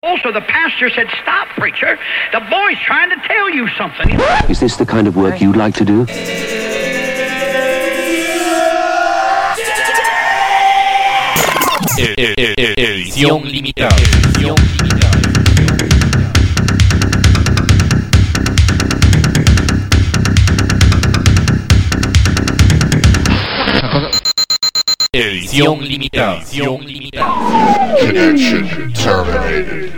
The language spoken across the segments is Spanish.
Also, the pastor said, "Stop, preacher. The boy's trying to tell you something." Is this the kind of work you'd like to do? Edición limitada. Edición limitada. Connection terminated.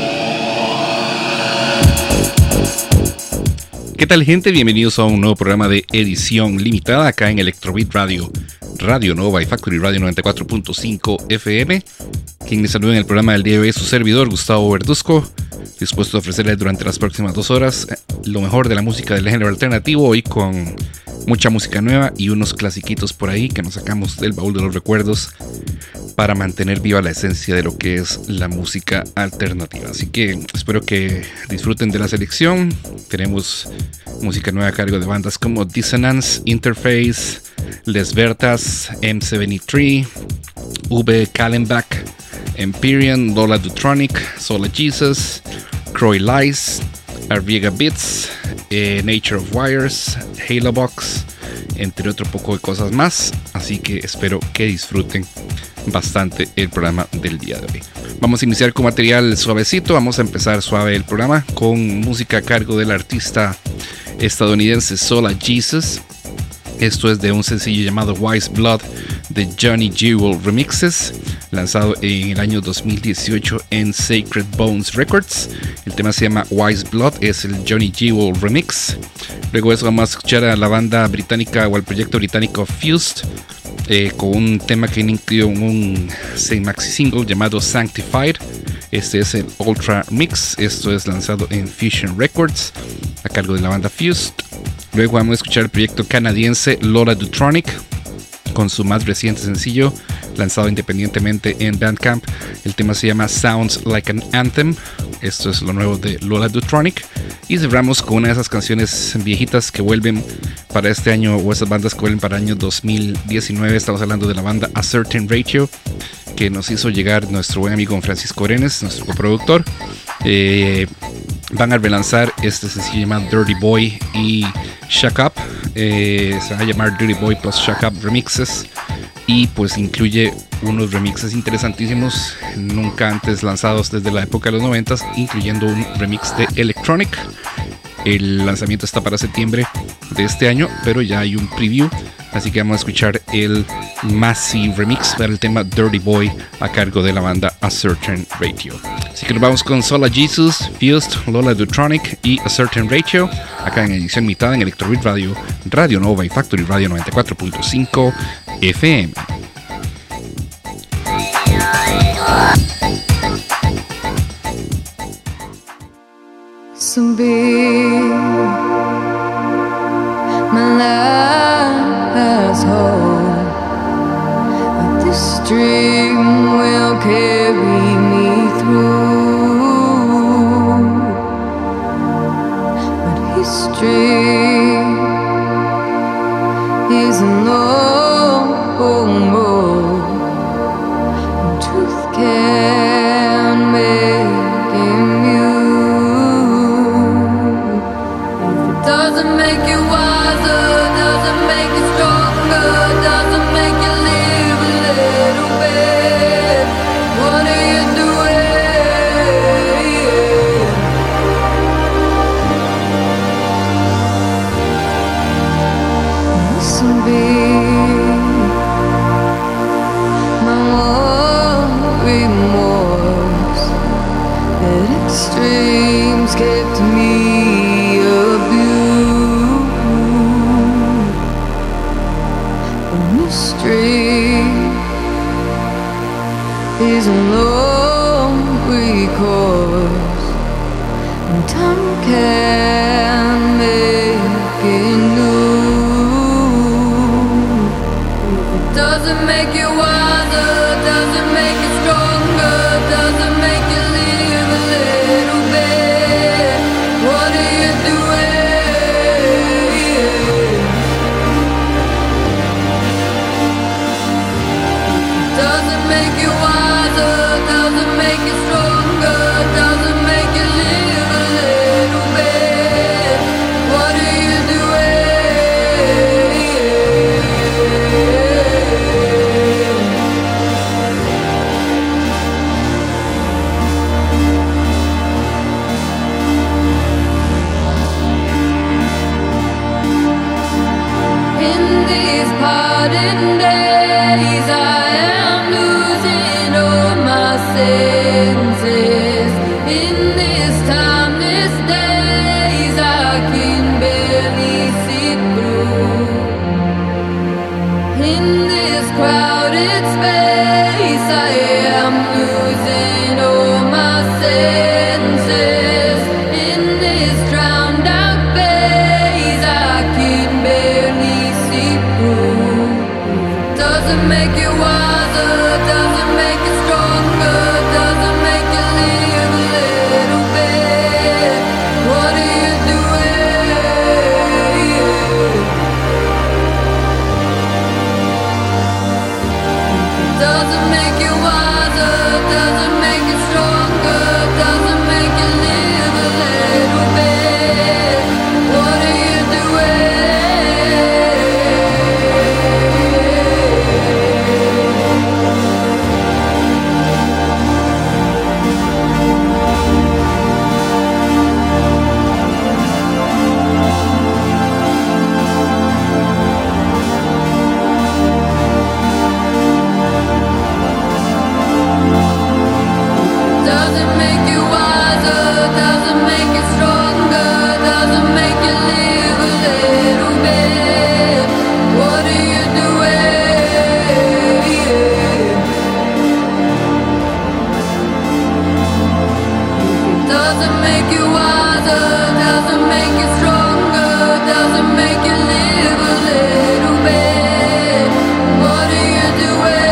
¿Qué tal, gente? Bienvenidos a un nuevo programa de Edición Limitada acá en Electrobeat Radio, Radio Nova y Factory Radio 94.5 FM. Quien les saluda en el programa del día de hoy es su servidor, Gustavo Verduzco, dispuesto a ofrecerles durante las próximas 2 horas lo mejor de la música del género alternativo, hoy con mucha música nueva y unos clasiquitos por ahí que nos sacamos del baúl de los recuerdos para mantener viva la esencia de lo que es la música alternativa. Así que espero que disfruten de la selección. Tenemos música nueva a cargo de bandas como Dissonance, Interface, Les Vertas, M73, V. Kallenbach, Empyrean, Lola Dutronic, Sola Jesus, Croy Lies, Arviega Beats, Nature of Wires, Halo Box, entre otro poco de cosas más. Así que espero que disfruten bastante el programa del día de hoy. Vamos a iniciar con material suavecito. Vamos a empezar suave el programa con música a cargo del artista estadounidense Sola Jesus. Esto es de un sencillo llamado Wise Blood de Johnny Jewel Remixes, lanzado en el año 2018 en Sacred Bones Records. El tema se llama Wise Blood, es el Johnny Jewel Remix. Luego de eso vamos a escuchar a la banda británica o al proyecto británico Fused, con un tema que incluyó un maxi single llamado Sanctified. Este es el Ultra Mix. Esto es lanzado en Fusion Records a cargo de la banda Fused. Luego vamos a escuchar el proyecto canadiense Lola Dutronic con su más reciente sencillo lanzado independientemente en Bandcamp. El tema se llama Sounds Like an Anthem. Esto es lo nuevo de Lola Dutronic. Y cerramos con una de esas canciones viejitas que vuelven para este año, o esas bandas que vuelven para el año 2019. Estamos hablando de la banda A Certain Ratio, que nos hizo llegar nuestro buen amigo Francisco Orenes, nuestro coproductor. Van a relanzar este sencillo llamado Dirty Boy y Shack Up. Se va a llamar Dirty Boy plus Shack Up Remixes. Y pues incluye unos remixes interesantísimos, nunca antes lanzados desde la época de los 90s, incluyendo un remix de Electronic. El lanzamiento está para septiembre de este año, pero ya hay un preview. Así que vamos a escuchar el Massive Remix para el tema Dirty Boy a cargo de la banda A Certain Ratio. Así que nos vamos con Sola Jesus, Fused, Lola Dutronic y A Certain Ratio, acá en edición mitad en Electrobeat Radio, Radio Nova y Factory Radio 94.5 FM. So big, my life has hope that this dream will carry me through. But history is a long road, and truth can make him you. Doesn't make you wiser, doesn't make you stronger, doesn't make you live a little bit. What are you doing? This will be my one remorse, that extremes kept me is a long recourse, and time can make it new. It doesn't make you wiser, doesn't make you stronger, doesn't make you live a little bit. What are you doing? Doesn't make you wiser, doesn't make you stronger. doesn't make you wiser, doesn't make you stronger, doesn't make you live a little bit. What are you doing?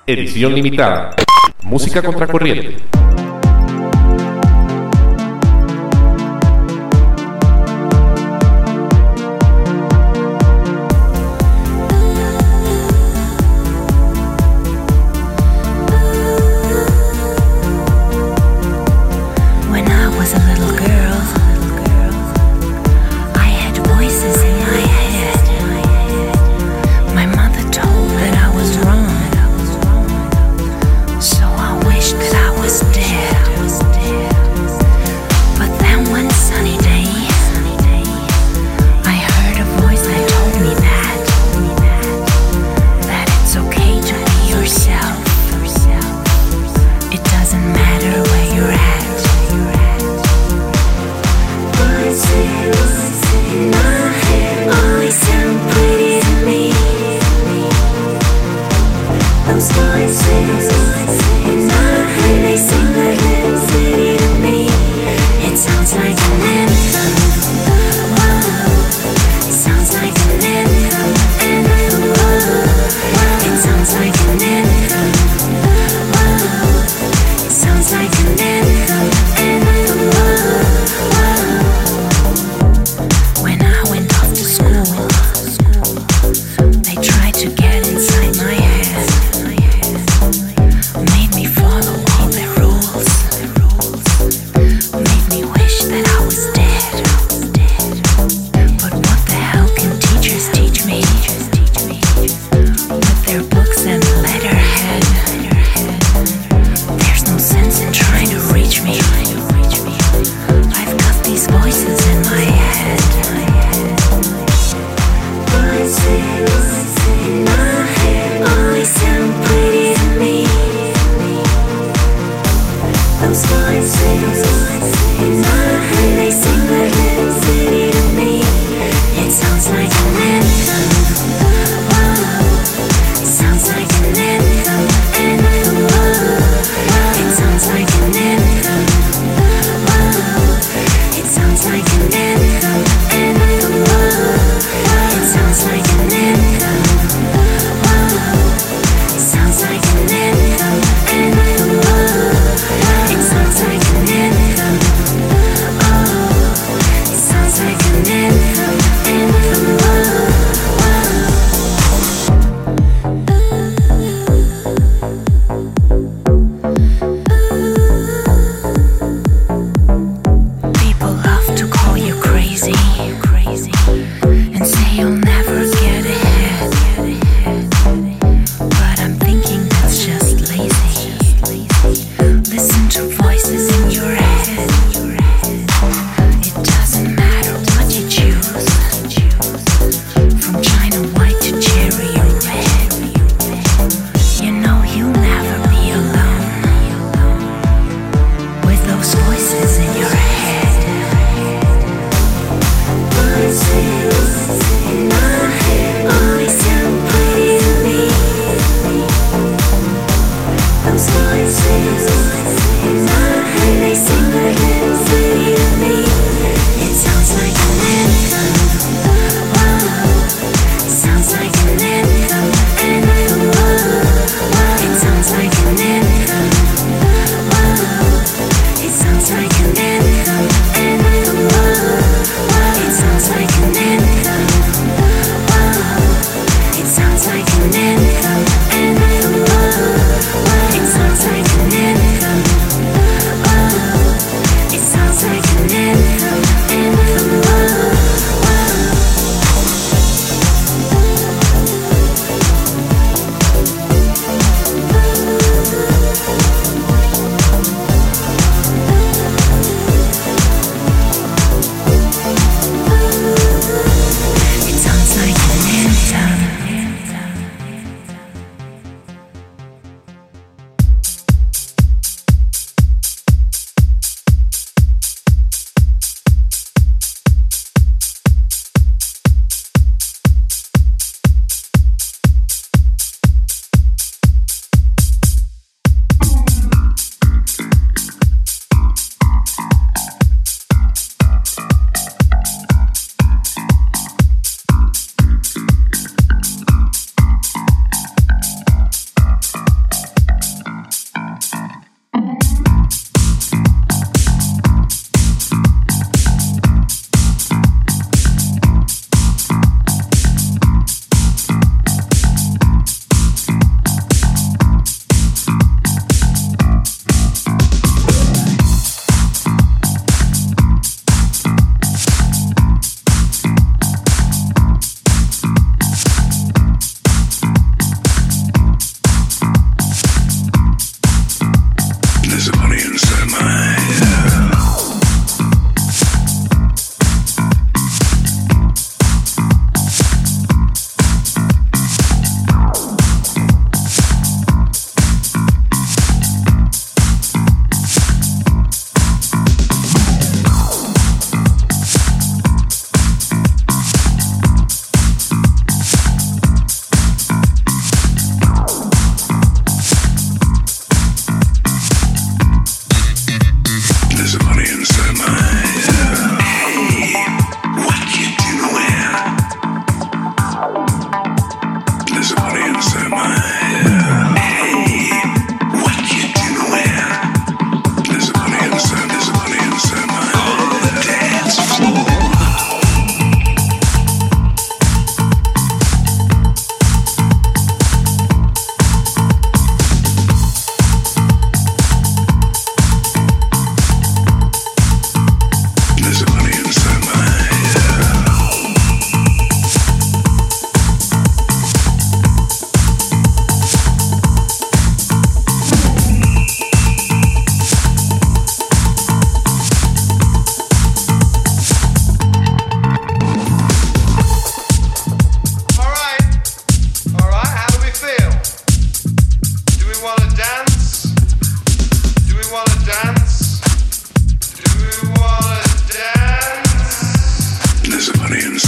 Edición limitada. Música contracorriente. That I was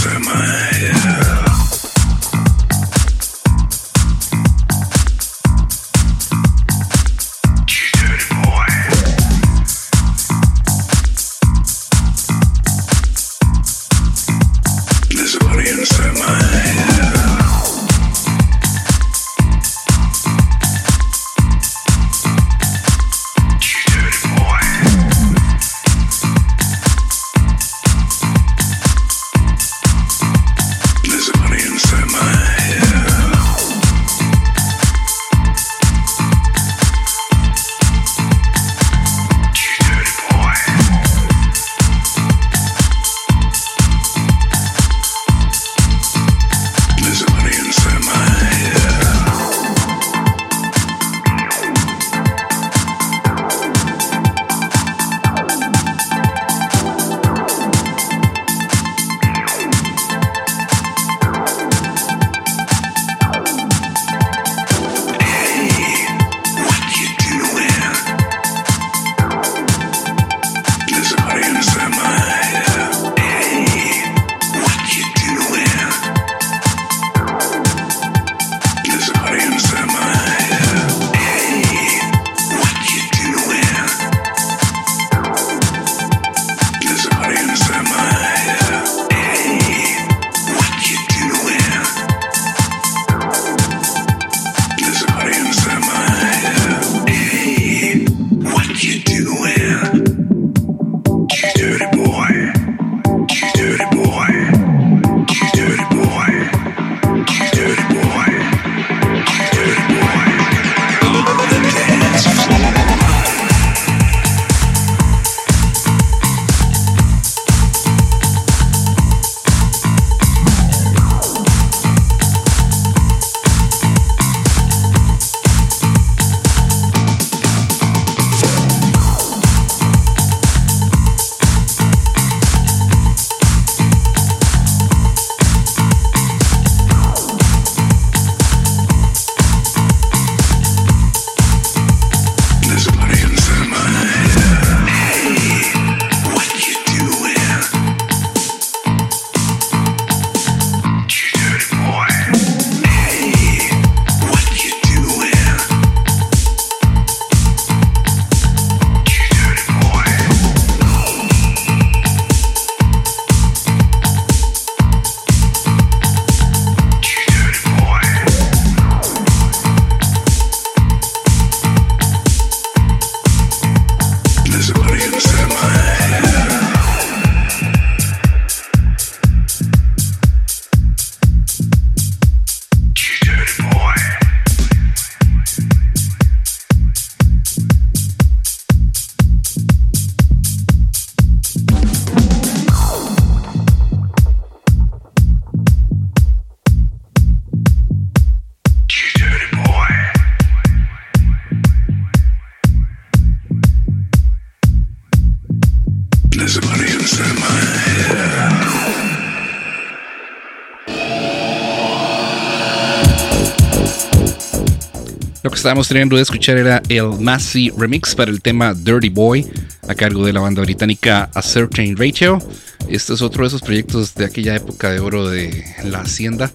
Lo que estábamos teniendo de escuchar era el Massey remix para el tema Dirty Boy, a cargo de la banda británica A Certain Ratio. Este es otro de esos proyectos de aquella época de oro de la Hacienda.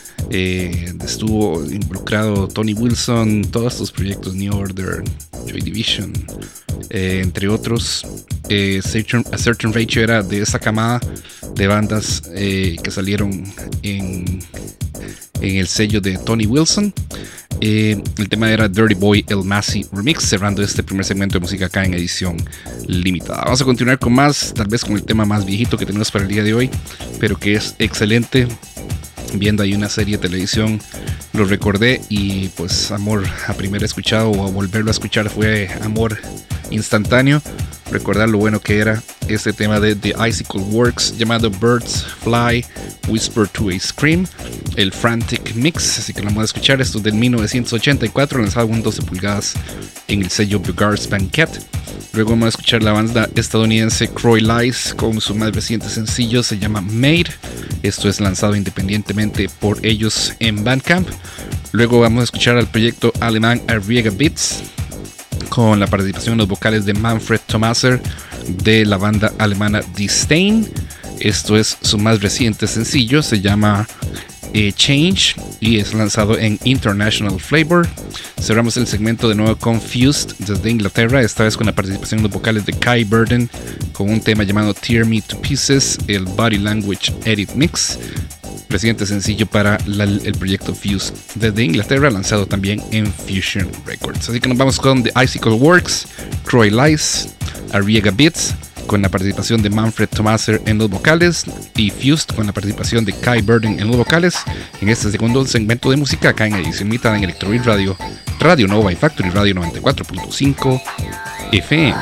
Estuvo involucrado Tony Wilson, todos estos proyectos, New Order, Joy Division, entre otros. A Certain Ratio era de esa camada de bandas que salieron en el sello de Tony Wilson. El tema era Dirty Boy, el Massey remix, cerrando este primer segmento de música acá en edición limitada. Vamos a continuar con más, tal vez con el tema más viejito que tenemos para el día de hoy, pero que es excelente. Viendo ahí una serie de televisión lo recordé y pues amor a primera escuchado o a volverlo a escuchar fue amor instantáneo. Recordar lo bueno que era este tema de The Icicle Works llamado Birds Fly Whisper to a Scream, el Frantic Mix, así que lo vamos a escuchar. Esto es del 1984, lanzado en 12 pulgadas en el sello Bugar's Banquet. Luego vamos a escuchar la banda estadounidense Croy Lies con su más reciente sencillo, se llama Made. Esto es lanzado independientemente por ellos en Bandcamp. Luego vamos a escuchar al proyecto alemán Arriega Beats con la participación en los vocales de Manfred Thomaser de la banda alemana Disdain. Esto es su más reciente sencillo, se llama Change y es lanzado en International Flavor. Cerramos el segmento de nuevo con Fused desde Inglaterra, esta vez con la participación de los vocales de Kai Burden con un tema llamado Tear Me to Pieces, el Body Language Edit Mix, reciente sencillo para el proyecto Fused desde Inglaterra, lanzado también en Fusion Records. Así que nos vamos con The Icicle Works, Croy Lice, Arriega Beats, con la participación de Manfred Thomaser en los vocales, y Fused con la participación de Kai Burden en los vocales, en este segundo segmento de música acá en edición limitada en Electrobeat Radio, Radio Nova y Factory Radio 94.5 FM.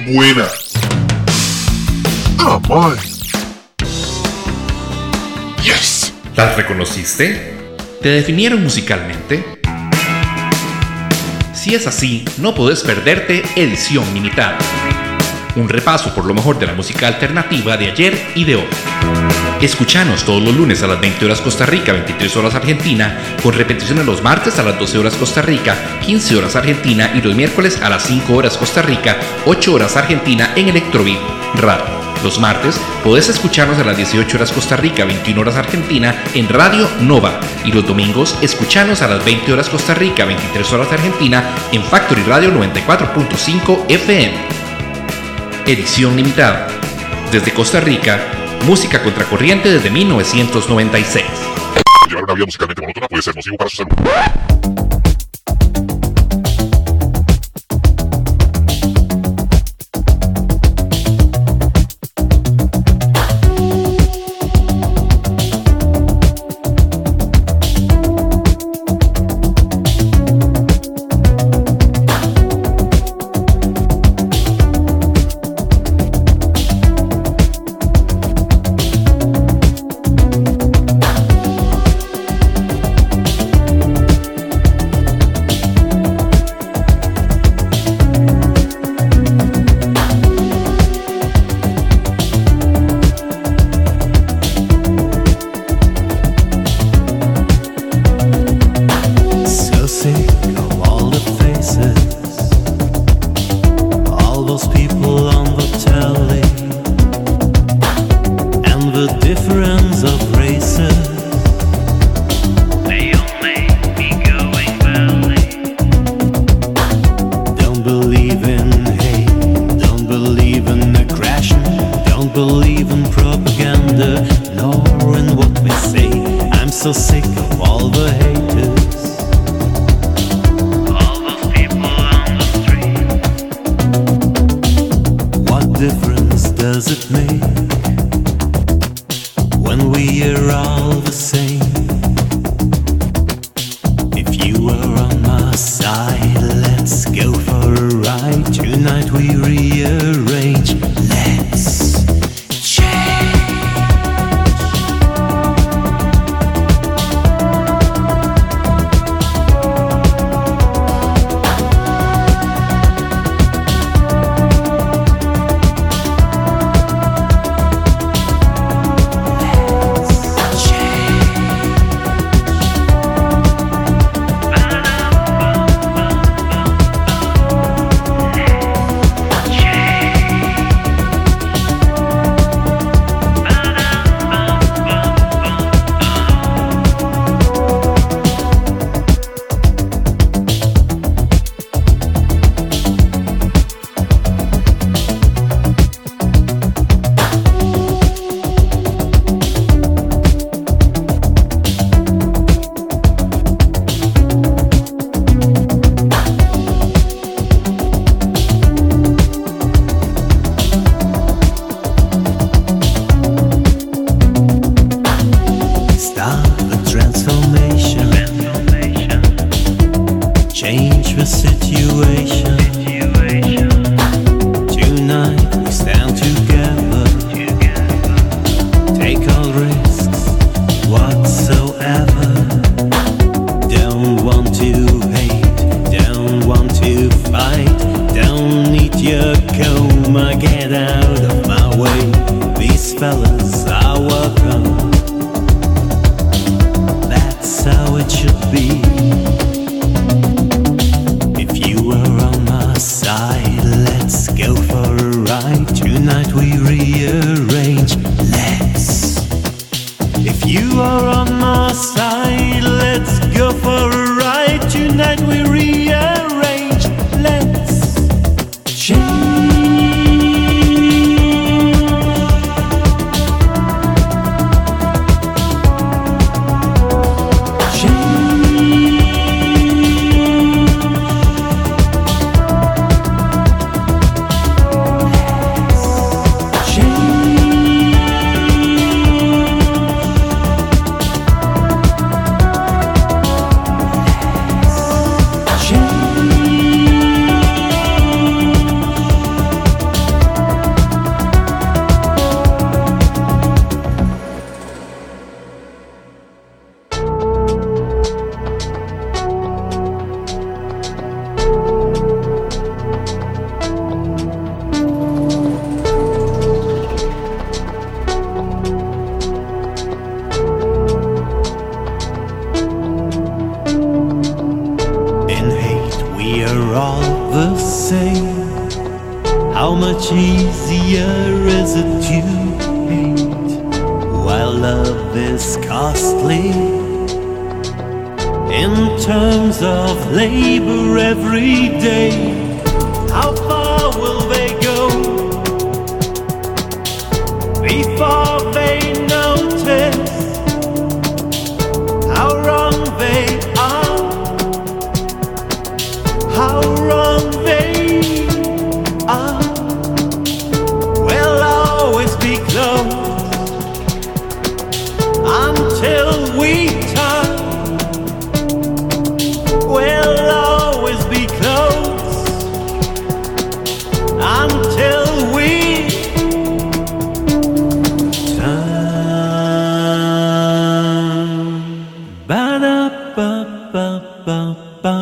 buena. Ah, my. Yes. ¿Las reconociste? ¿Te definieron musicalmente? Si es así, no podés perderte Edición Limitada. Un repaso por lo mejor de la música alternativa de ayer y de hoy. Escuchanos todos los lunes a las 20 horas Costa Rica, 23 horas Argentina, con repeticiones los martes a las 12 horas Costa Rica, 15 horas Argentina y los miércoles a las 5 horas Costa Rica, 8 horas Argentina en Electrobeat Radio. Los martes podés escucharnos a las 18 horas Costa Rica, 21 horas Argentina en Radio Nova. Y los domingos escuchanos a las 20 horas Costa Rica, 23 horas Argentina en Factory Radio 94.5 FM. Edición limitada. Desde Costa Rica, música contracorriente desde 1996. Llevar una vida musicalmente monótona puede ser nocivo para su salud. Change. we're all the same. How much easier is it to hate while love is costly? In terms of labor every day, how far will they go before they notice how wrong they are, how wrong they are? We'll always be close until we turn. We'll always be close until we turn. Ba-da-ba-ba-ba-ba.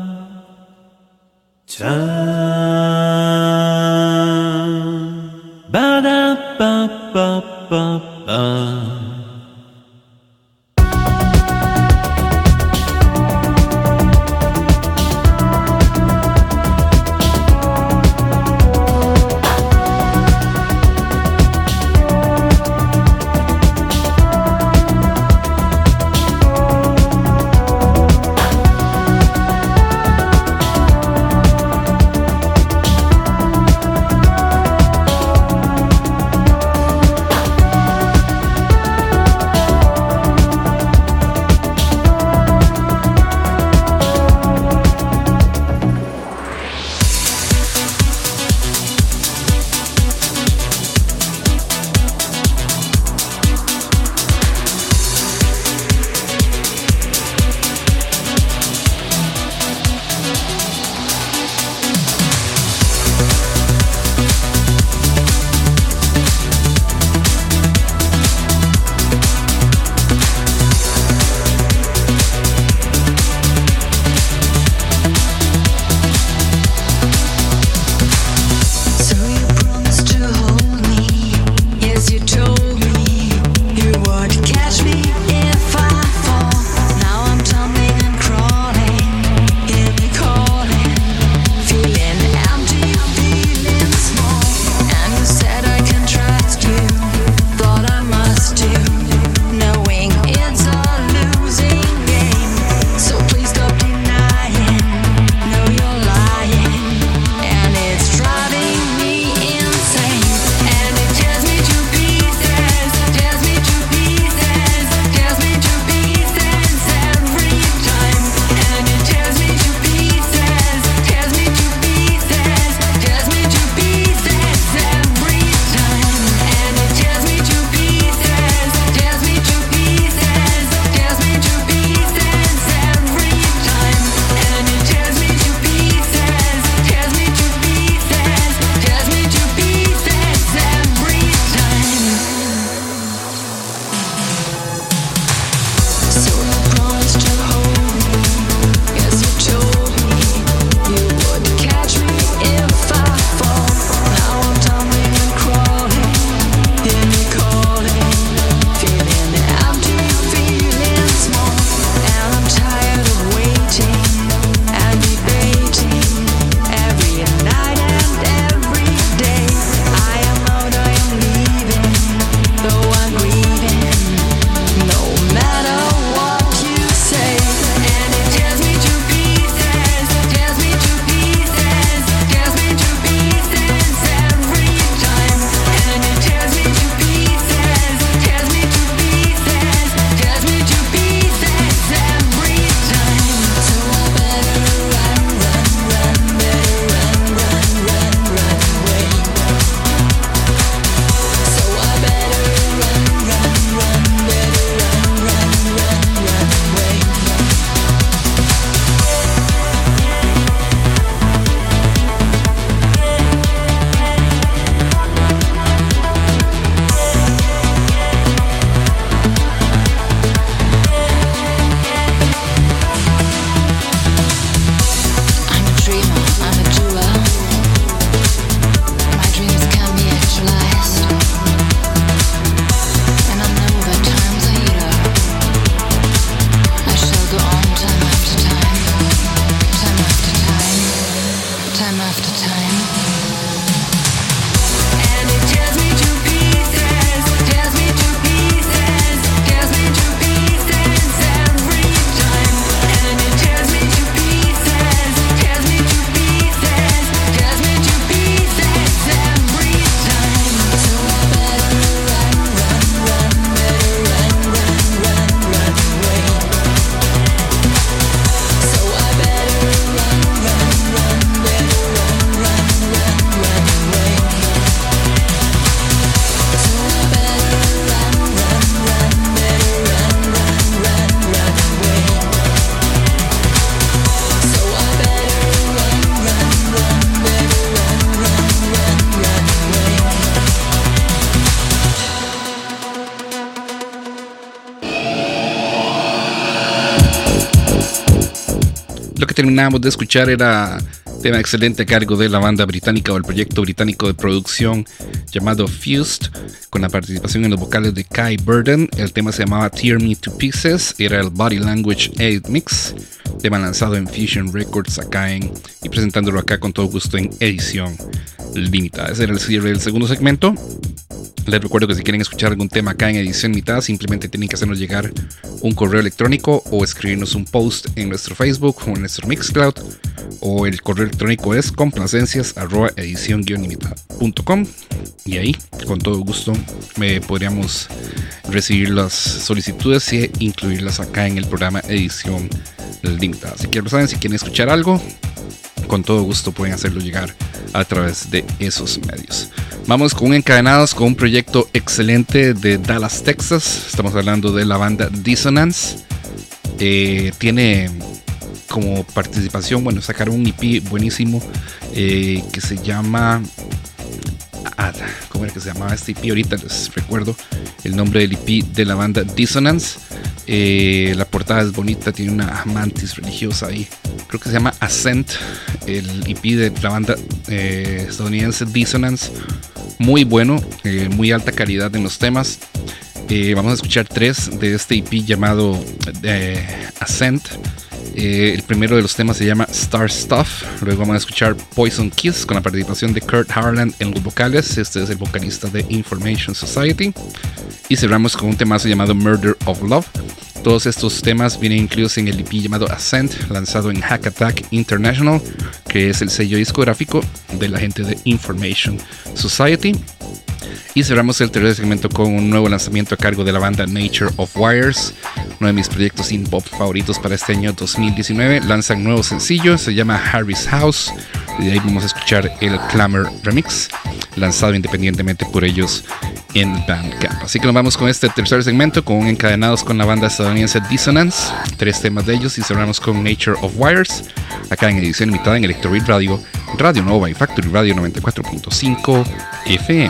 Turn. Ba-da-ba-ba-ba-ba. terminamos de escuchar era tema excelente a cargo de la banda británica o el proyecto británico de producción llamado Fused, con la participación en los vocales de Kai Burden. El tema se llamaba Tear Me to Pieces, era el Body Language 8 Mix, tema lanzado en Fusion Records acá y presentándolo acá con todo gusto en edición limitada. Ese era el cierre del segundo segmento. Les recuerdo que si quieren escuchar algún tema acá en edición limitada, simplemente tienen que hacernos llegar un correo electrónico o escribirnos un post en nuestro Facebook o en nuestro Mixcloud, o el correo electrónico es complacencias@edición-limitada.com, y ahí con todo gusto podríamos recibir las solicitudes e incluirlas acá en el programa edición limitada. Así que ya lo saben, si quieren escuchar algo, con todo gusto pueden hacerlo llegar a través de esos medios. Vamos con Encadenados, con un proyecto excelente de Dallas, Texas. Estamos hablando de la banda Dissonance. Tiene como participación, bueno, sacaron un EP buenísimo que se llama... ¿cómo era que se llamaba este EP? Ahorita les recuerdo el nombre del EP de la banda Dissonance. La portada es bonita, tiene una mantis religiosa ahí. Creo que se llama Ascent, el EP de la banda estadounidense Dissonance. Muy bueno, muy alta calidad en los temas. Vamos a escuchar 3 de este EP llamado Ascent. El primero de los temas se llama Star Stuff. Luego vamos a escuchar Poison Kiss con la participación de Kurt Harland en los vocales. Este es el vocalista de Information Society. Y cerramos con un temazo llamado Murder of Love. Todos estos temas vienen incluidos en el EP llamado Ascent, lanzado en Hack Attack International, que es el sello discográfico de la gente de Information Society. Y cerramos el tercer segmento con un nuevo lanzamiento a cargo de la banda Nature of Wires, uno de mis proyectos indie pop favoritos para este año 2019. Lanzan un nuevo sencillo, se llama Harry's House, y de ahí vamos a escuchar el Clamor Remix, lanzado independientemente por ellos en Bandcamp. Así que nos vamos con este tercer segmento, con Encadenados con la banda estadounidense Dissonance, 3 temas de ellos, y cerramos con Nature of Wires, acá en edición limitada en Electro Beat Radio, Radio Nova y Factory Radio 94.5 FM.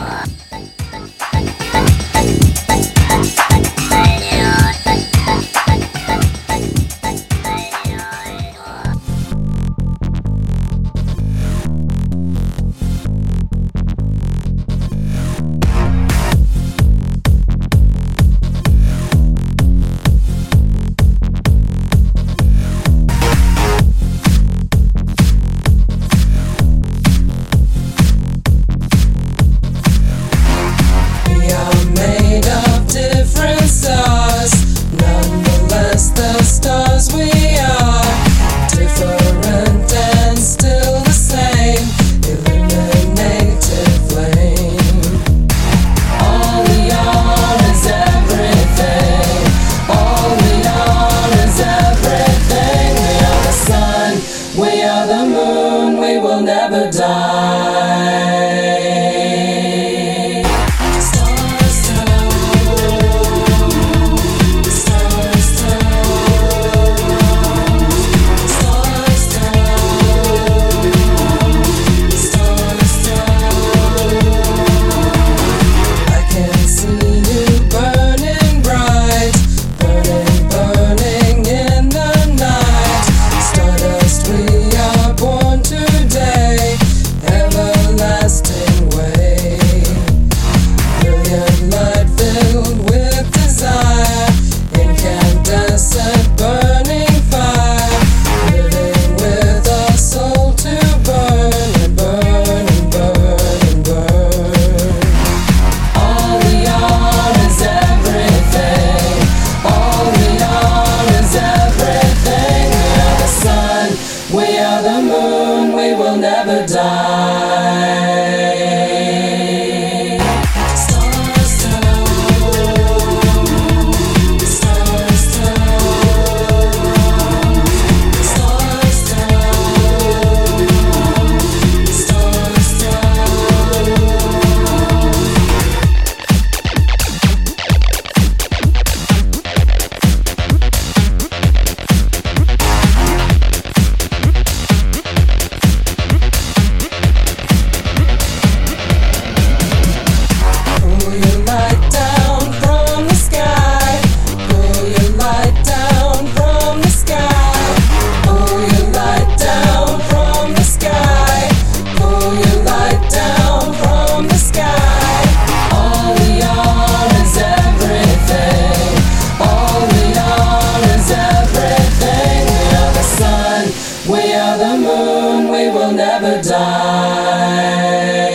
We are the moon, we will never die.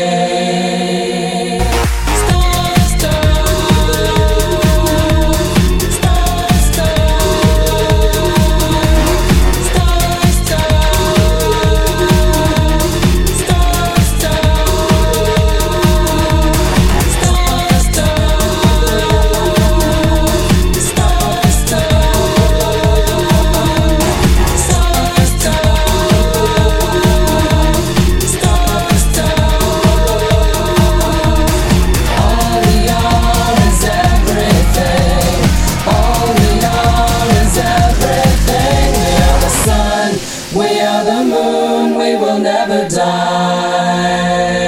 Star, star, star, star, star, star, we are the moon, we will never die.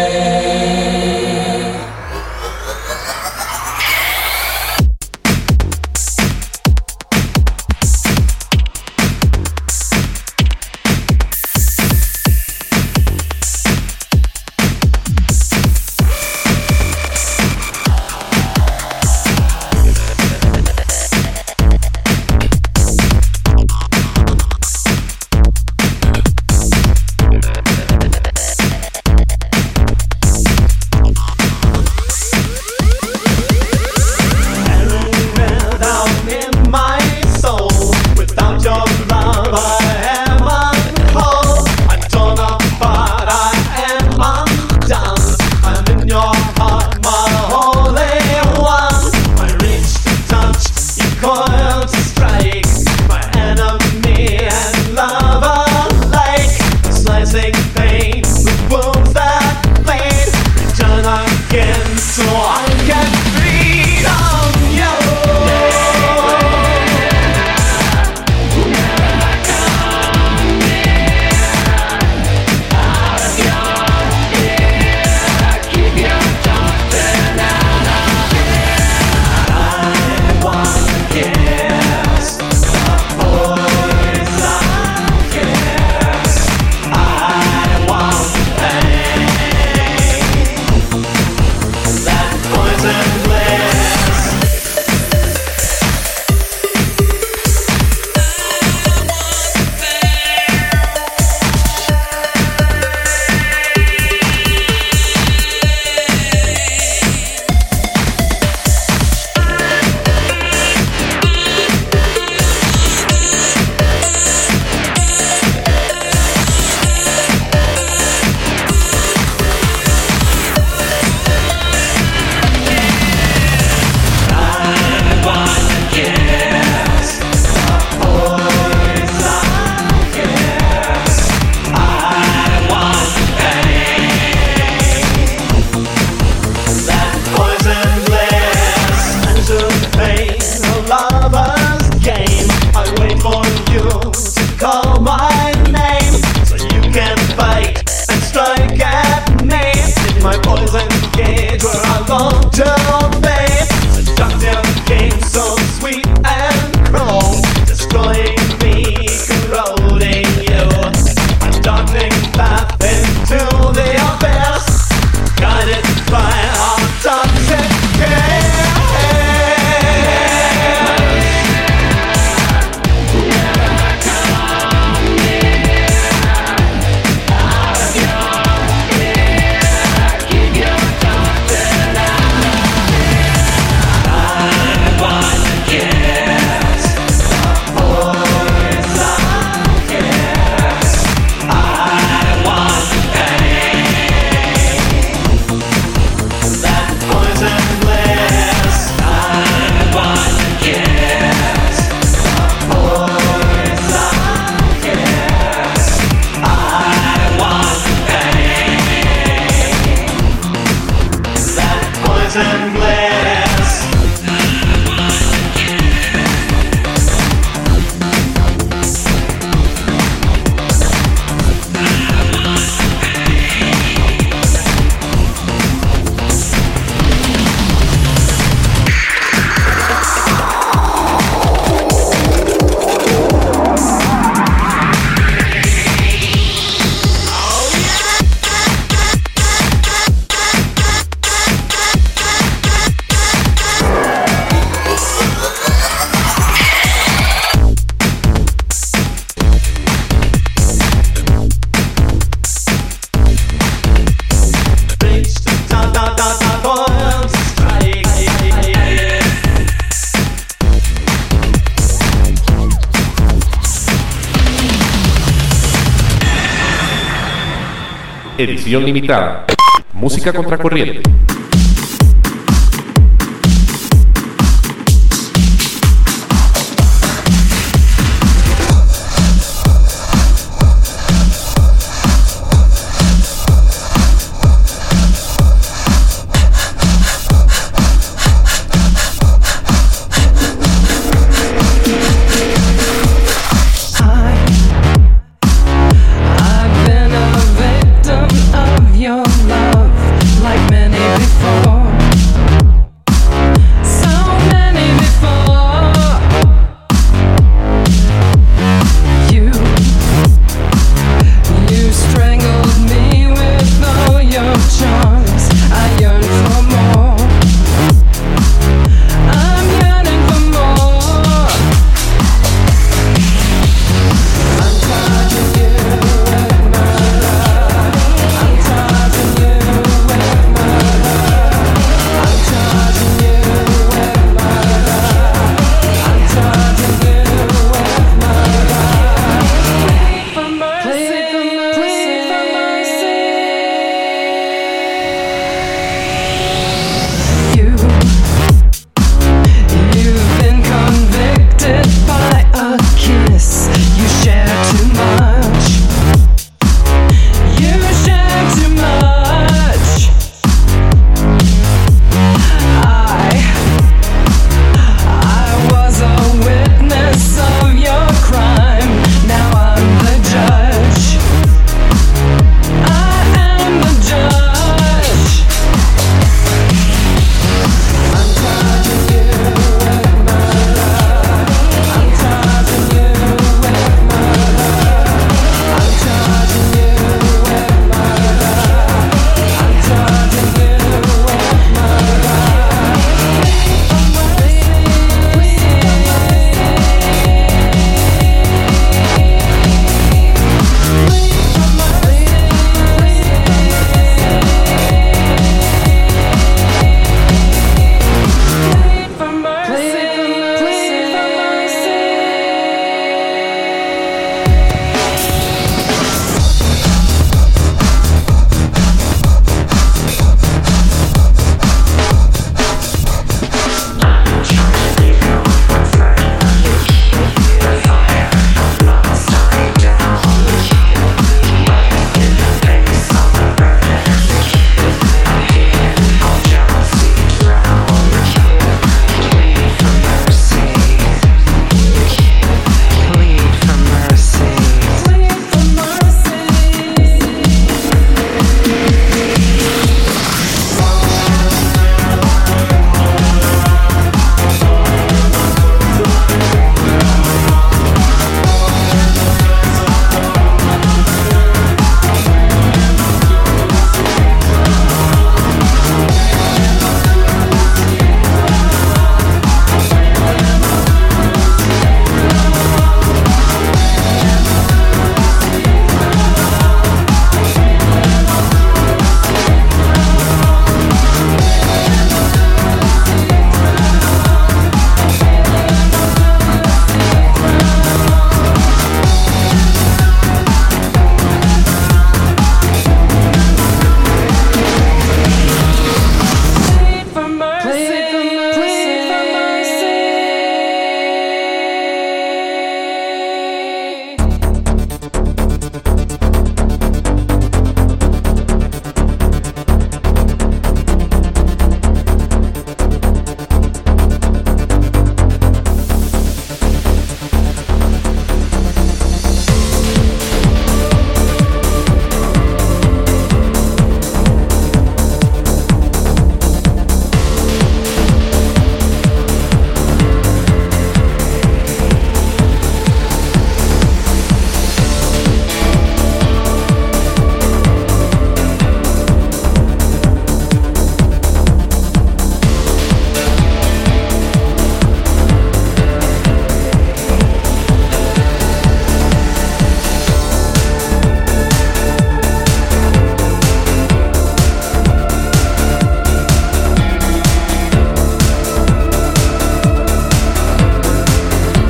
edición limitada. Música contracorriente.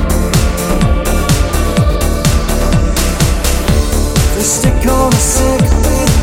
Stick on a sick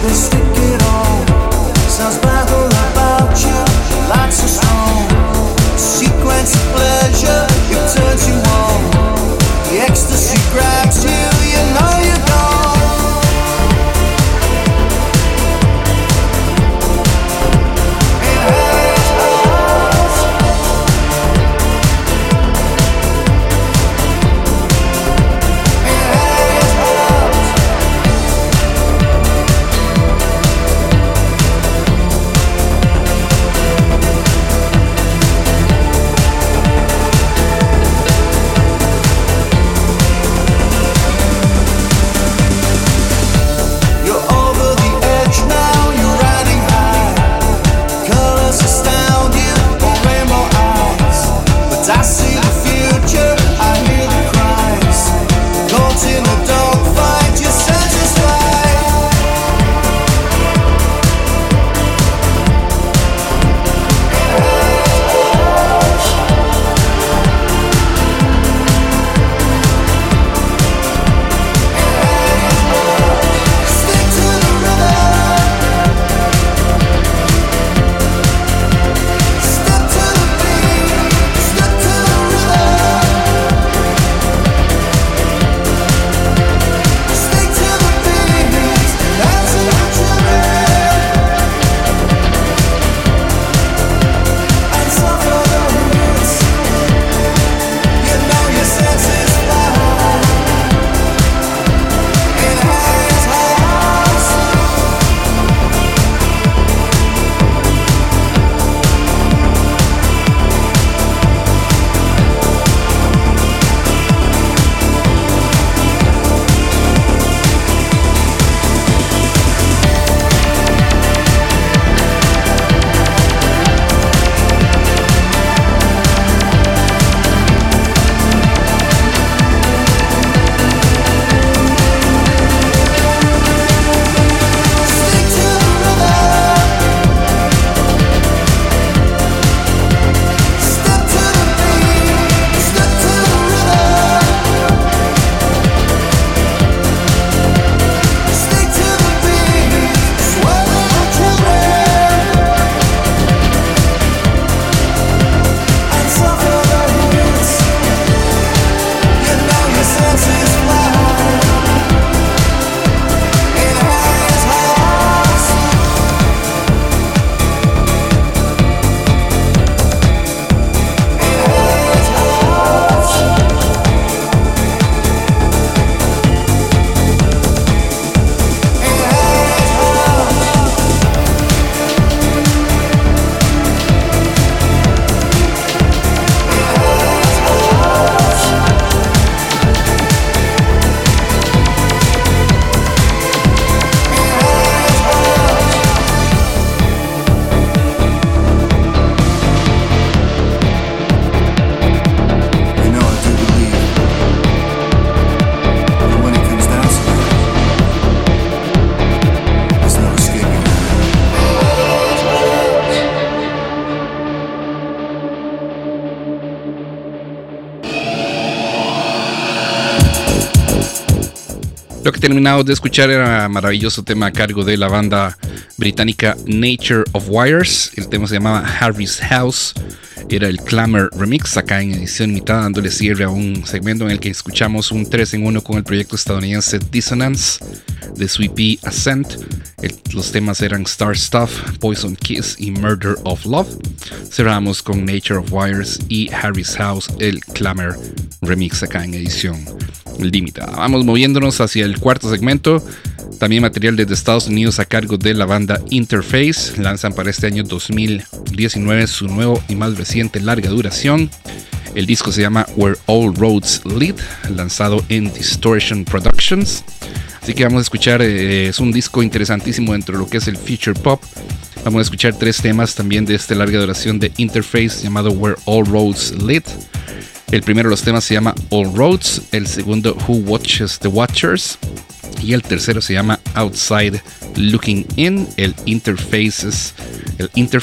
Lo que terminamos de escuchar era un maravilloso tema a cargo de la banda británica Nature of Wires. El tema se llamaba Harry's House. Era el Clamor Remix, acá en edición limitada, dándole cierre a un segmento en el que escuchamos un 3 en 1 con el proyecto estadounidense Dissonance de su EP Ascent. Los temas eran Star Stuff, Poison Kiss y Murder of Love. Cerramos con Nature of Wires y Harry's House, el Clamor Remix, acá en edición limitada. Vamos moviéndonos hacia el cuarto segmento. También material desde Estados Unidos a cargo de la banda Interface. Lanzan para este año 2019 su nuevo y más reciente larga duración. El disco se llama Where All Roads Lead, lanzado en Distortion Productions. Así que vamos a escuchar, es un disco interesantísimo dentro de lo que es el future pop. Vamos a escuchar 3 temas también de esta larga duración de Interface llamado Where All Roads Lead. El primero de los temas se llama All Roads, el segundo Who Watches the Watchers y el tercero se llama Outside Looking In. El Interface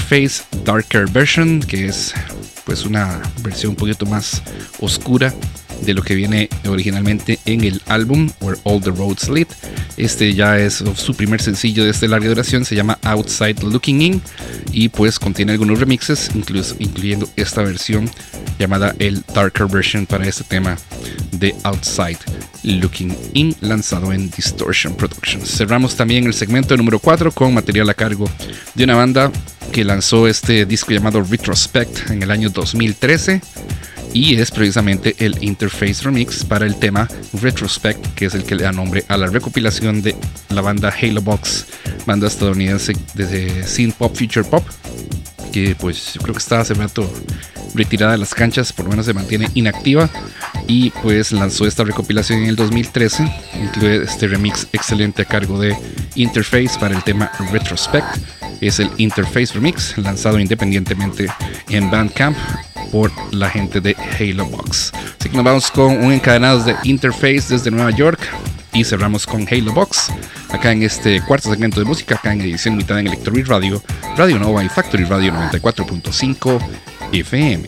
Darker Version, que es pues una versión un poquito más oscura de lo que viene originalmente en el álbum Where All the Roads Lead. Este ya es su primer sencillo de esta larga duración, se llama Outside Looking In, y pues contiene algunos remixes, incluyendo esta versión llamada el Darker Version para este tema de Outside Looking In, lanzado en Distortion Productions. Cerramos también el segmento número 4 con material a cargo de una banda que lanzó este disco llamado Retrospect en el año 2013, y es precisamente el Interface Remix para el tema Retrospect, que es el que le da nombre a la recopilación de la banda Halo Box, banda estadounidense de synth pop, future pop, que pues yo creo que está hace rato retirada de las canchas, por lo menos se mantiene inactiva, y pues lanzó esta recopilación en el 2013. Incluye este remix excelente a cargo de Interface para el tema Retrospect. Es el Interface Remix, lanzado independientemente en Bandcamp por la gente de Halo Box. Así que nos vamos con un encadenado de Interface desde Nueva York y cerramos con Halo Box acá en este cuarto segmento de música, acá en edición limitada en Electro Beat Radio, Radio Nova y Factory Radio 94.5 FM.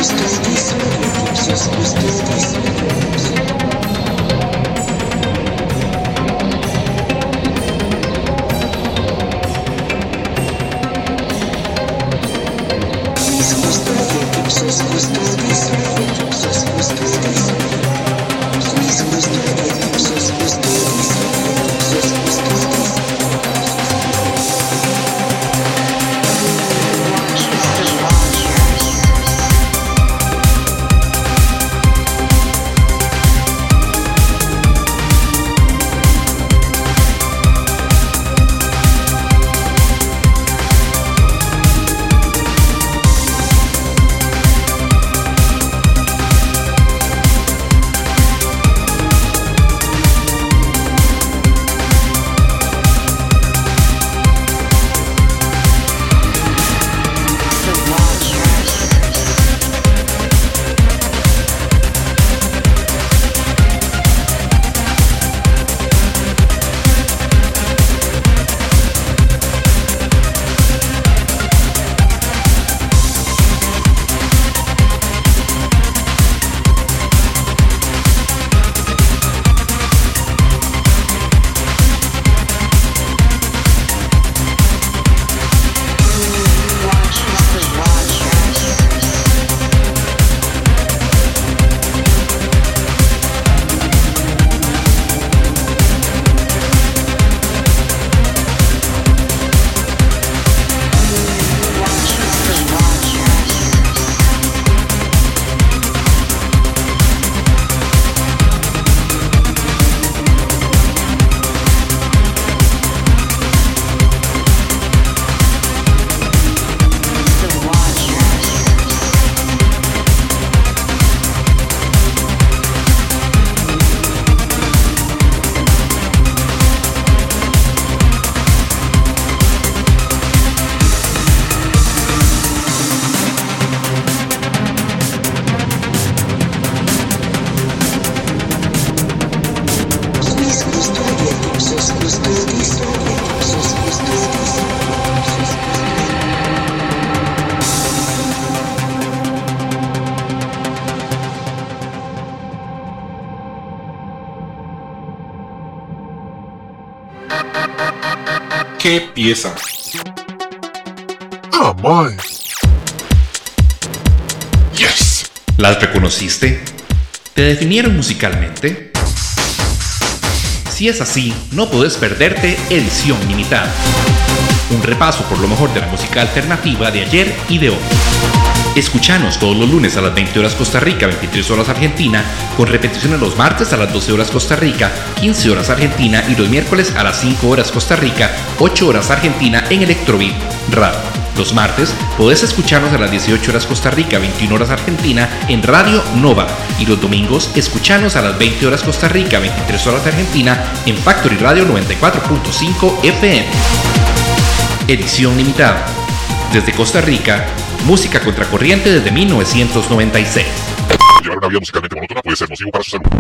¡Qué pieza! ¡Ah, my! ¡Yes! ¿Las reconociste? ¿Te definieron musicalmente? Si es así, no podés perderte Edición Limitada. Un repaso por lo mejor de la música alternativa de ayer y de hoy. Escuchanos todos los lunes a las 20 horas Costa Rica, 23 horas Argentina, con repeticiones los martes a las 12 horas Costa Rica, 15 horas Argentina y los miércoles a las 5 horas Costa Rica, 8 horas Argentina en Electrobeat Radio. Los martes podés escucharnos a las 18 horas Costa Rica, 21 horas Argentina en Radio Nova. Y los domingos escuchanos a las 20 horas Costa Rica, 23 horas Argentina en Factory Radio 94.5 FM. Edición Limitada. Desde Costa Rica, música contracorriente desde 1996. Llevar una vida musicalmente monótona puede ser nocivo para su salud.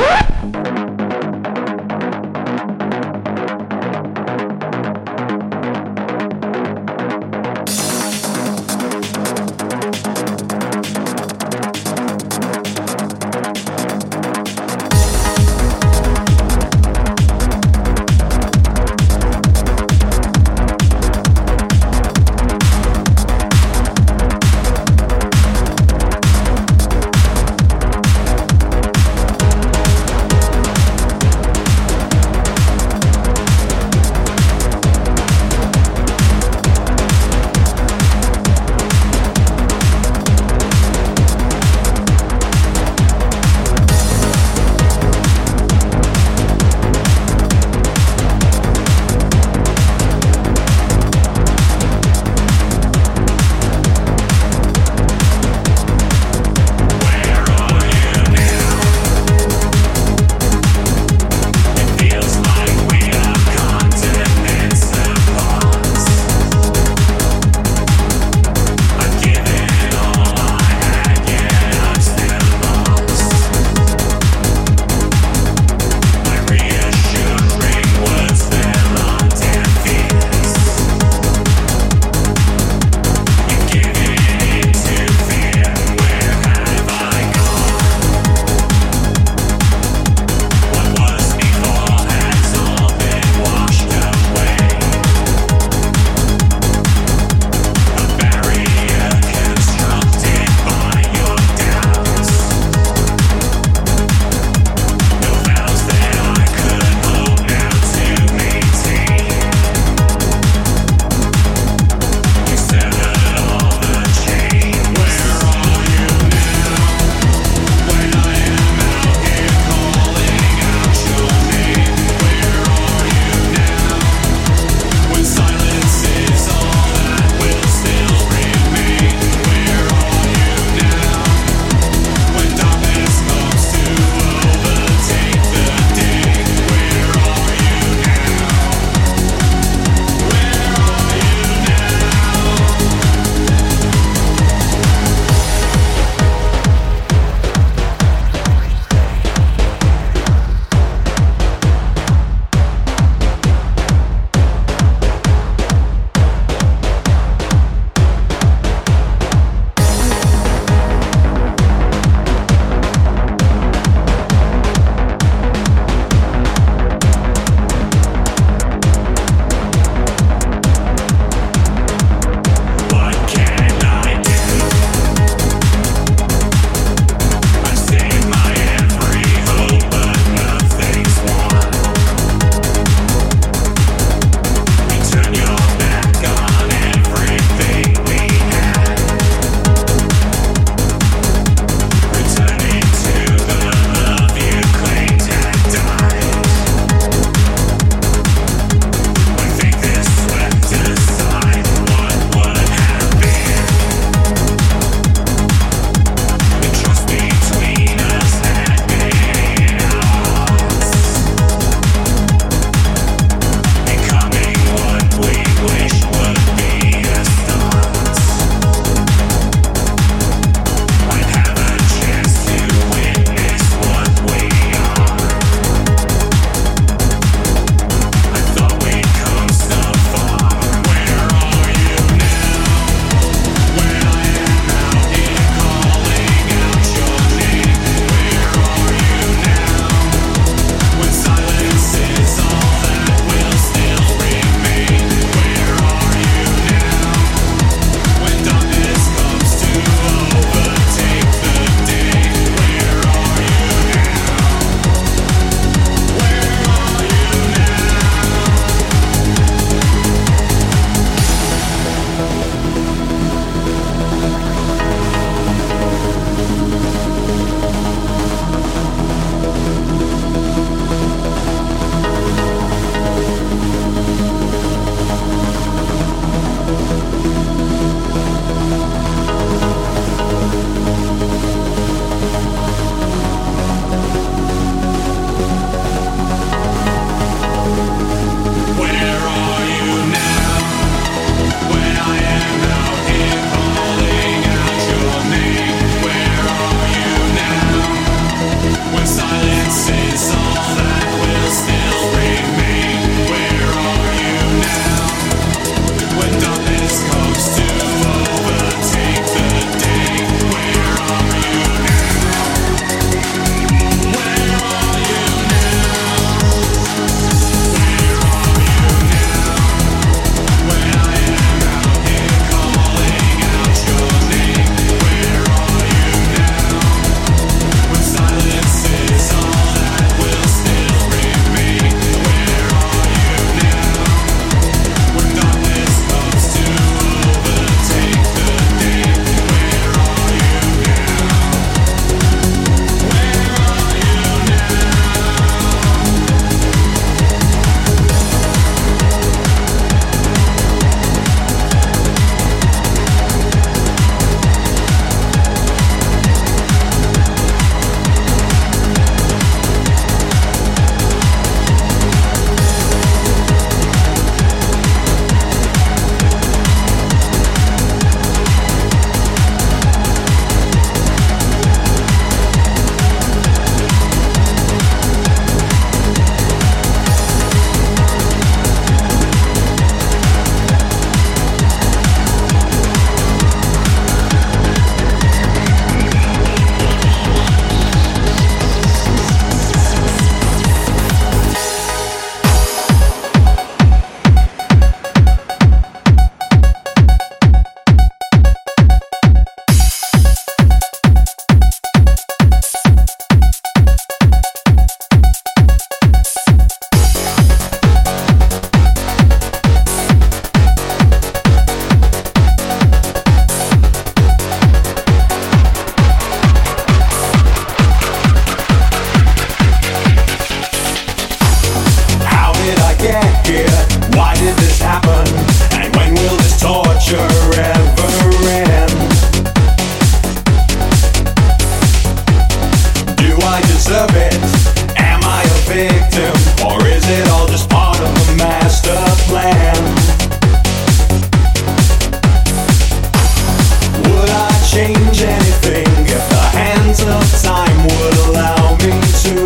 change anything if the hands of time would allow me to.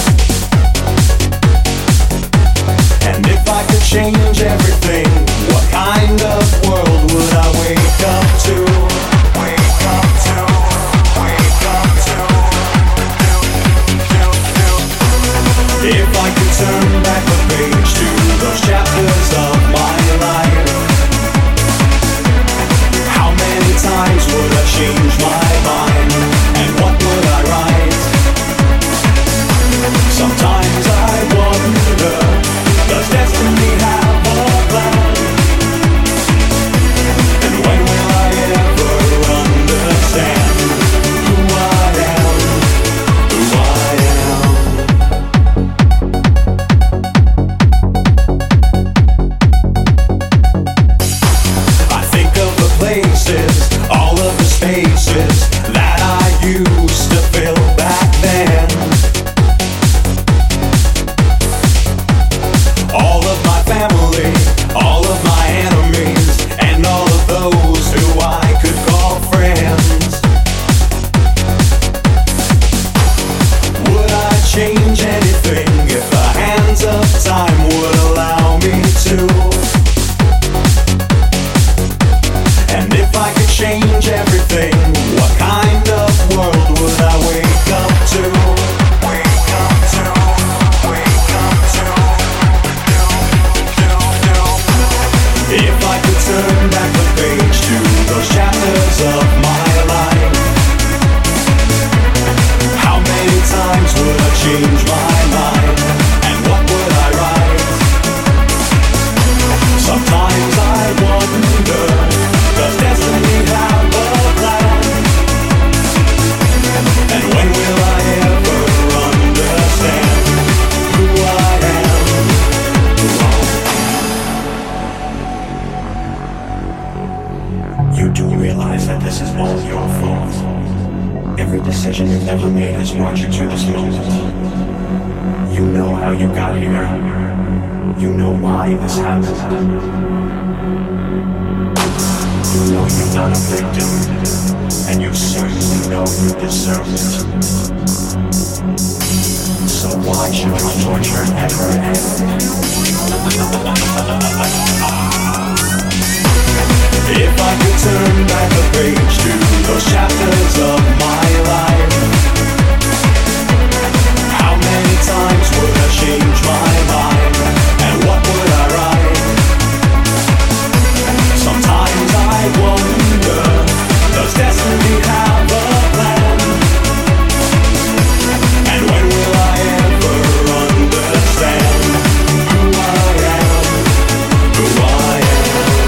And if I could change everything, what kind of world would I wake up to? Wake up to, wake up to. If I could turn back the page to those chapters of my life, how many times would I change my mind? And what would I write? Sometimes I wonder, does destiny have a plan? And when will I ever understand who I am, who I am? I think of the places, all of the spaces that I used to fill back then. All of my family, all of my enemies, and all of those who I could call friends. Would I change anything if the hands of time would allow me to? And if I could change everything, what kind of world would I wake up to? Wake up to, wake up to. If I could turn back the page to those chapters of my life, how many times would I change my mind? And what would I write? Sometimes I wonder, does destiny have a plan? And when will I ever understand who I am, who I am? You do realize that this is all your fault. Every decision you've ever made has brought you to this moment. You know how you got here. You know why this happened. You know you're not a victim, and you certainly know you deserve it. So why should your torture ever end? If I could turn back the page to those chapters of my life, how many times would I change my mind? And what would I write? Sometimes I wonder, does destiny have a plan? And when will I ever understand who I am, who I am?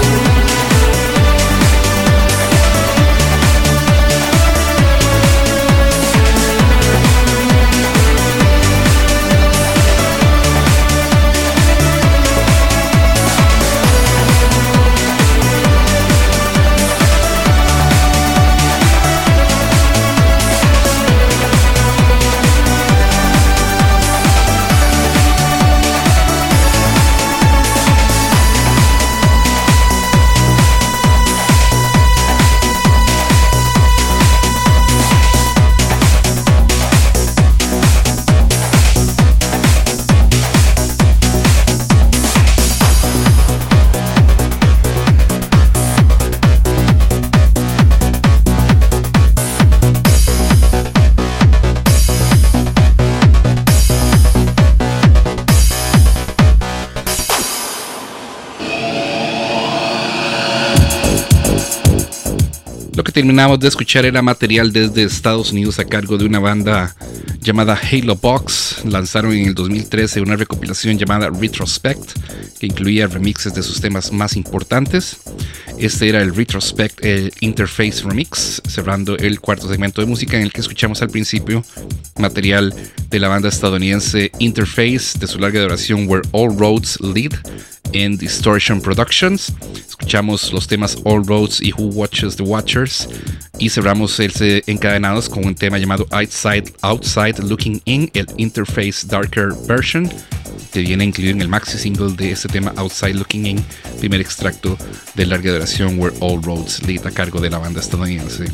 Lo que terminamos de escuchar era material desde Estados Unidos a cargo de una banda llamada Halo Box. Lanzaron en el 2013 una recopilación llamada Retrospect, que incluía remixes de sus temas más importantes. Este era el Retrospect, el Interface Remix, cerrando el cuarto segmento de música, en el que escuchamos al principio material de la banda estadounidense Interface, de su larga duración Where All Roads Lead, en Distortion Productions. Escuchamos los temas All Roads y Who Watches the Watchers, y cerramos encadenados con un tema llamado Outside Looking In, el Interface Darker Version, que viene incluido en el maxi single de este tema, Outside Looking In, primer extracto de larga duración Where All Roads Lead, a cargo de la banda estadounidense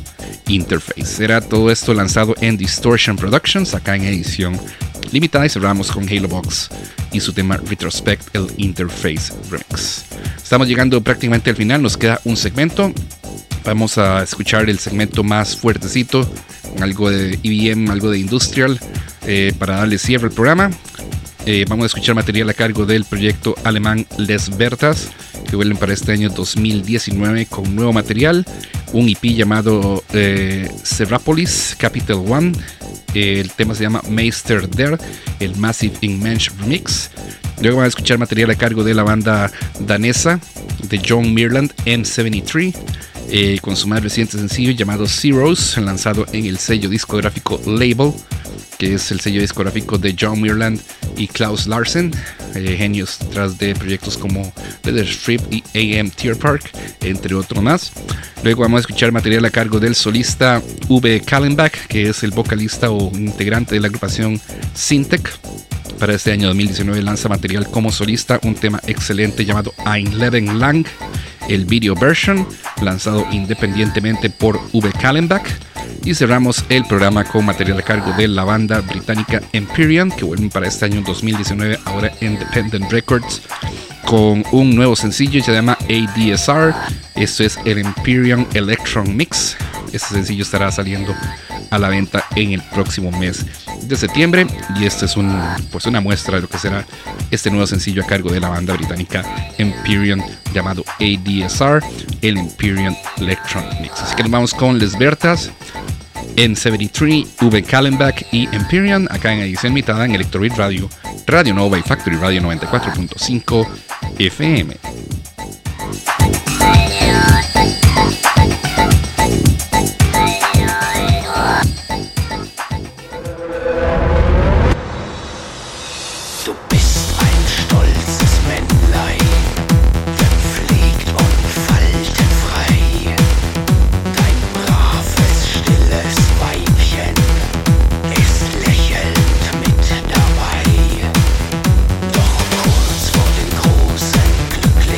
Interface. Será todo esto lanzado en Distortion Productions, acá en edición limitada, y cerramos con Halo Box y su tema Retrospect, el Interface Remix. Estamos llegando prácticamente al final, nos queda un segmento. Vamos a escuchar el segmento más fuertecito, algo de EBM, algo de Industrial, para darle cierre al programa. Vamos a escuchar material a cargo del proyecto alemán Les Bertas, que vuelven para este año 2019 con nuevo material, un EP llamado Serrapolis Capital One. El tema se llama Meister Der, el Massive Inmensch Remix. Luego van a escuchar material a cargo de la banda danesa de John Mirland, M73, con su más reciente sencillo llamado Zeros, lanzado en el sello discográfico Label, que es el sello discográfico de John Mirland y Klaus Larsen, genios detrás de proyectos como Leather Strip y AM Tier Park, entre otros más. Luego vamos a escuchar material a cargo del solista Uwe Kallenbach, que es el vocalista o integrante de la agrupación Syntec. Para este año 2019 lanza material como solista, un tema excelente llamado Ein Leben Lang, el video version, lanzado independientemente por Uwe Kallenbach. Y cerramos el programa con material a cargo de la banda británica Empyrean, que vuelven para este año 2019, ahora Independent Records, con un nuevo sencillo, se llama ADSR. Esto es el Empyrean Electron Mix. Este sencillo estará saliendo a la venta en el próximo mes de septiembre, y este es una muestra de lo que será este nuevo sencillo a cargo de la banda británica Empyrean, llamado ADSR, el Empyrean Electron Mix. Así que nos vamos con Les Bertas, M73, Uwe Kallenbach y Empyrean, acá en edición limitada en Electrobeat Radio, Radio Nova y Factory Radio 94.5 FM. Glücklich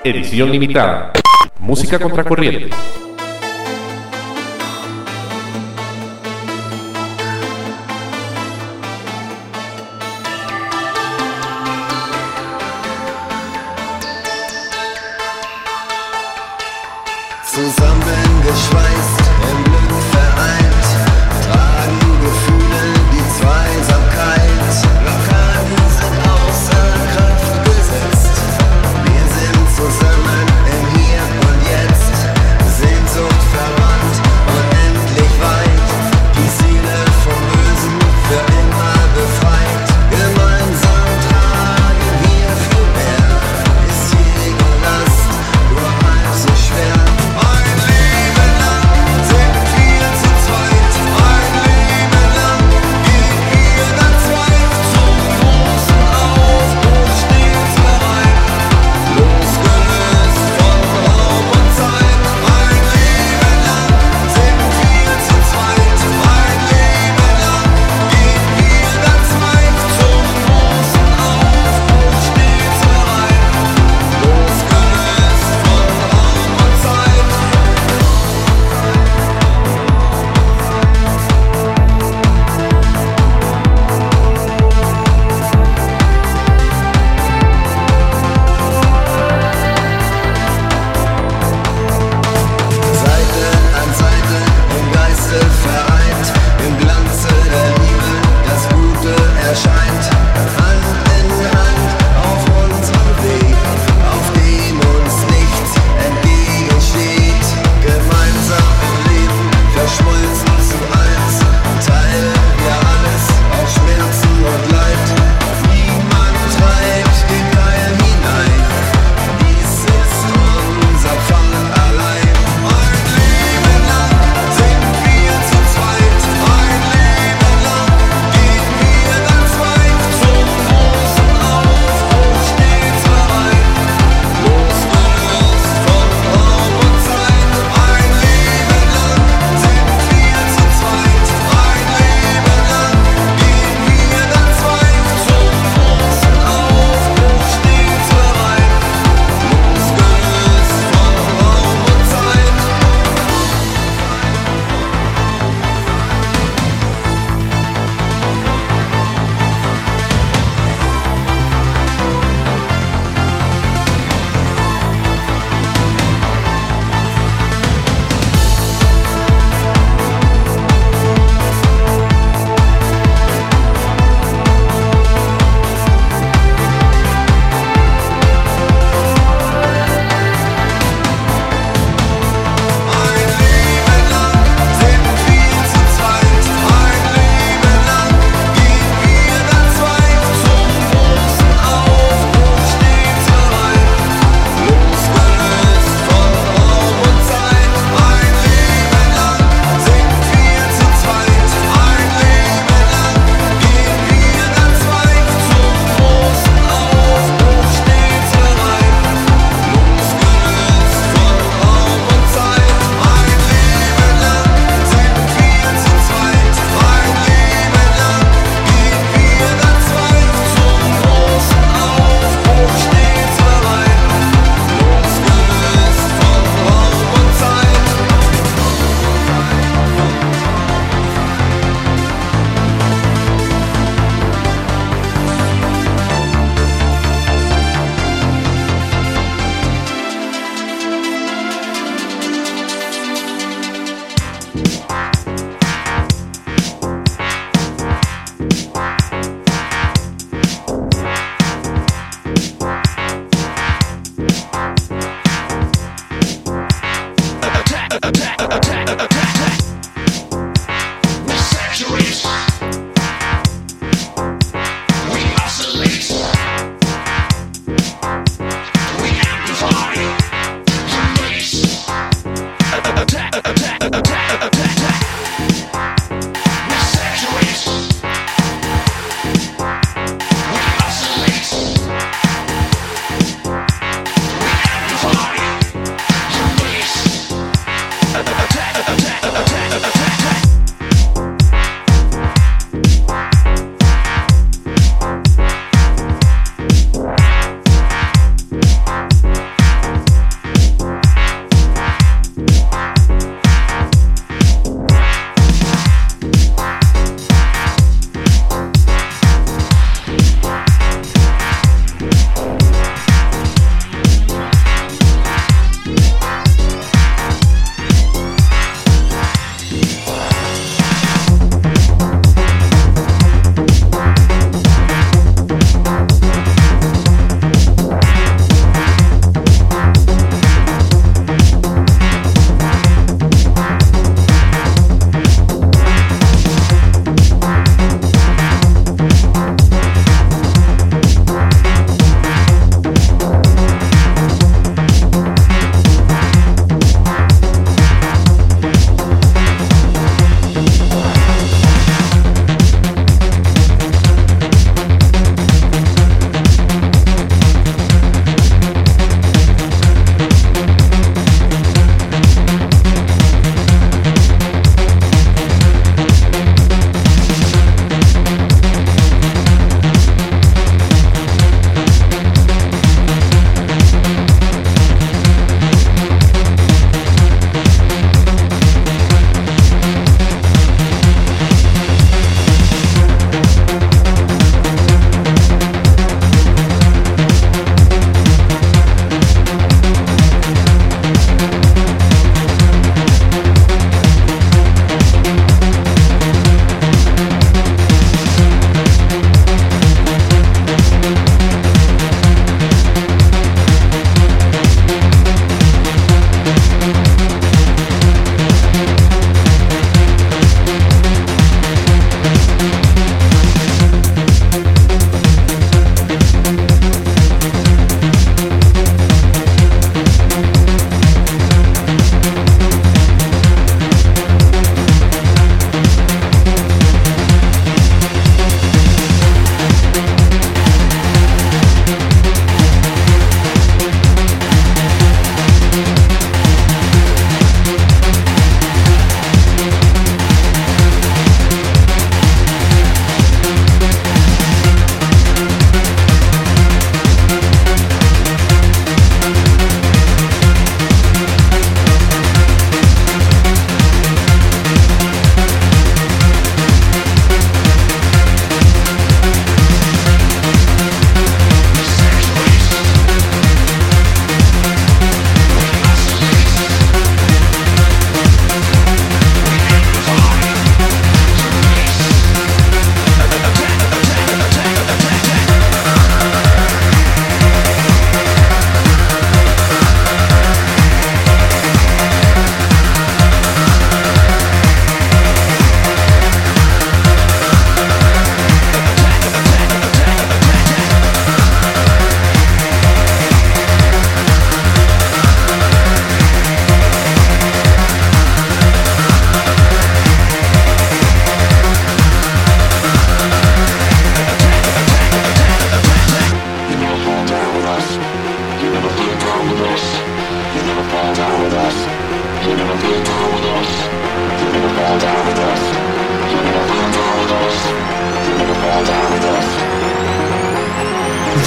edición limitada. Música contracorriente. Zusammengeschweißt, im Glück vereint, tragen Gefühle die Zweisamkeit. Blockaden sind außer Kraft gesetzt. Wir sind zusammen im Hier und Jetzt. Sehnsucht verwandt, unendlich weit. Die Seele vom Bösen für immer befreit. Gemeinsam tragen wir viel mehr. Ist jede Last nur halb so schwer. Mein Leben lang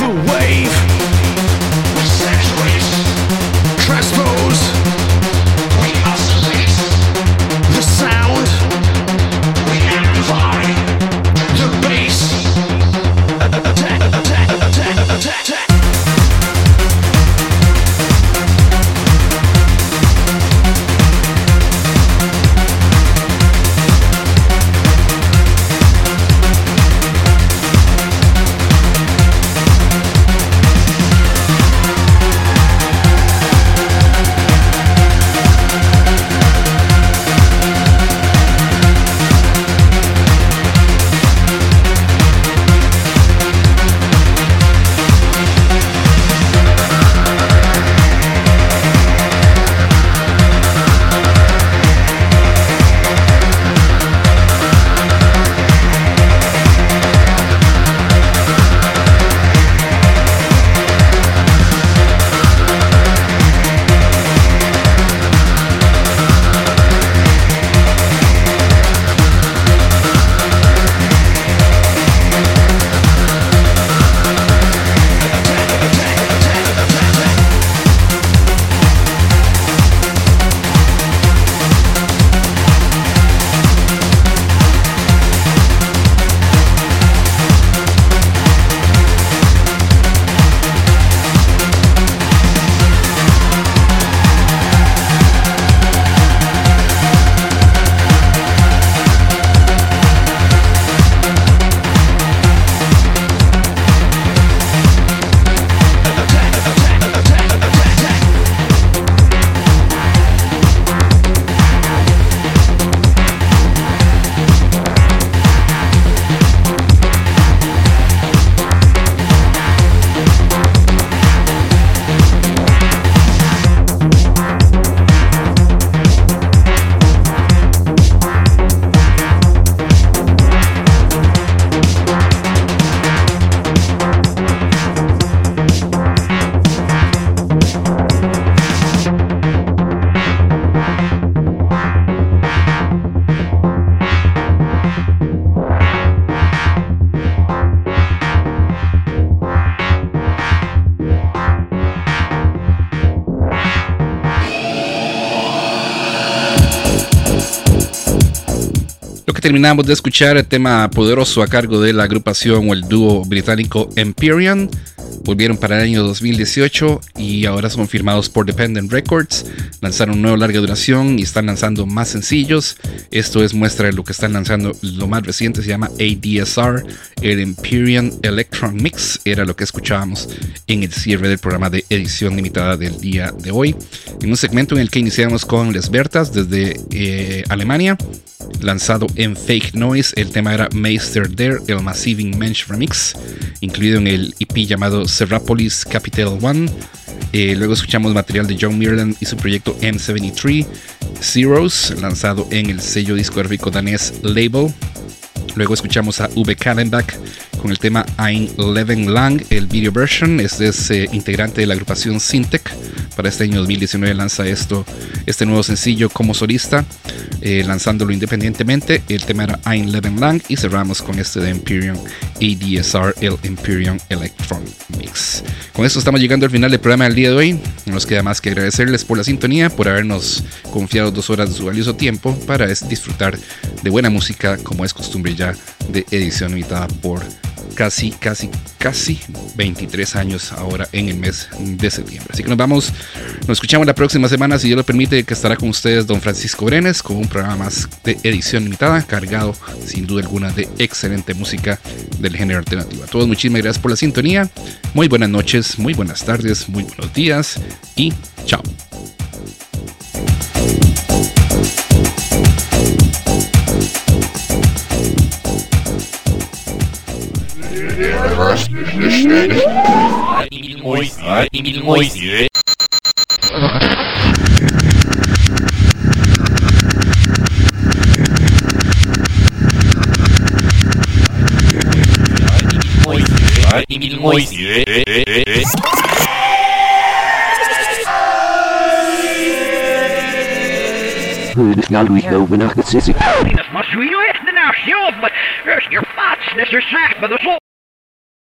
The wave transpose. The sound we amplify. The bass attack, attack, attack, attack, attack. Terminamos de escuchar el tema poderoso a cargo de la agrupación o el dúo británico Empyrean. Volvieron para el año 2018 y ahora son firmados por Dependent Records. Lanzaron un nuevo larga duración y están lanzando más sencillos. Esto es muestra de lo que están lanzando. Lo más reciente se llama ADSR, el Empyrean Electron Mix. Era lo que escuchábamos en el cierre del programa de edición limitada del día de hoy. En un segmento en el que iniciamos con Les Bertas desde Alemania. Lanzado en Fake Noise, el tema era Meister Der, el Massive Mensch Remix, incluido en el EP llamado Serrapolis Capital One. Luego escuchamos material de John Mirland y su proyecto M73 Zeros, lanzado en el sello discográfico danés Label. Luego escuchamos a Uwe Kallenbach con el tema Ein Leben Lang, el video version. Este es integrante de la agrupación Syntec. Para este año 2019 lanza este nuevo sencillo como solista, lanzándolo independientemente. El tema era Ein Leben Lang y cerramos con este de Empyrean ADSR, el Empyrean Electron Mix. Con esto estamos llegando al final del programa del día de hoy. No nos queda más que agradecerles por la sintonía, por habernos confiado 2 horas de su valioso tiempo para disfrutar de buena música, como es costumbre ya de edición limitada por casi 23 años ahora en el mes de septiembre. Así que nos escuchamos la próxima semana, si Dios lo permite, que estará con ustedes don Francisco Brenes con un programa más de edición limitada, cargado sin duda alguna de excelente música del género alternativo. A todos muchísimas gracias por la sintonía, muy buenas noches, muy buenas tardes, muy buenos días y chao. Must we do it? Now, sure, but your thoughts, Mr. Sack, but the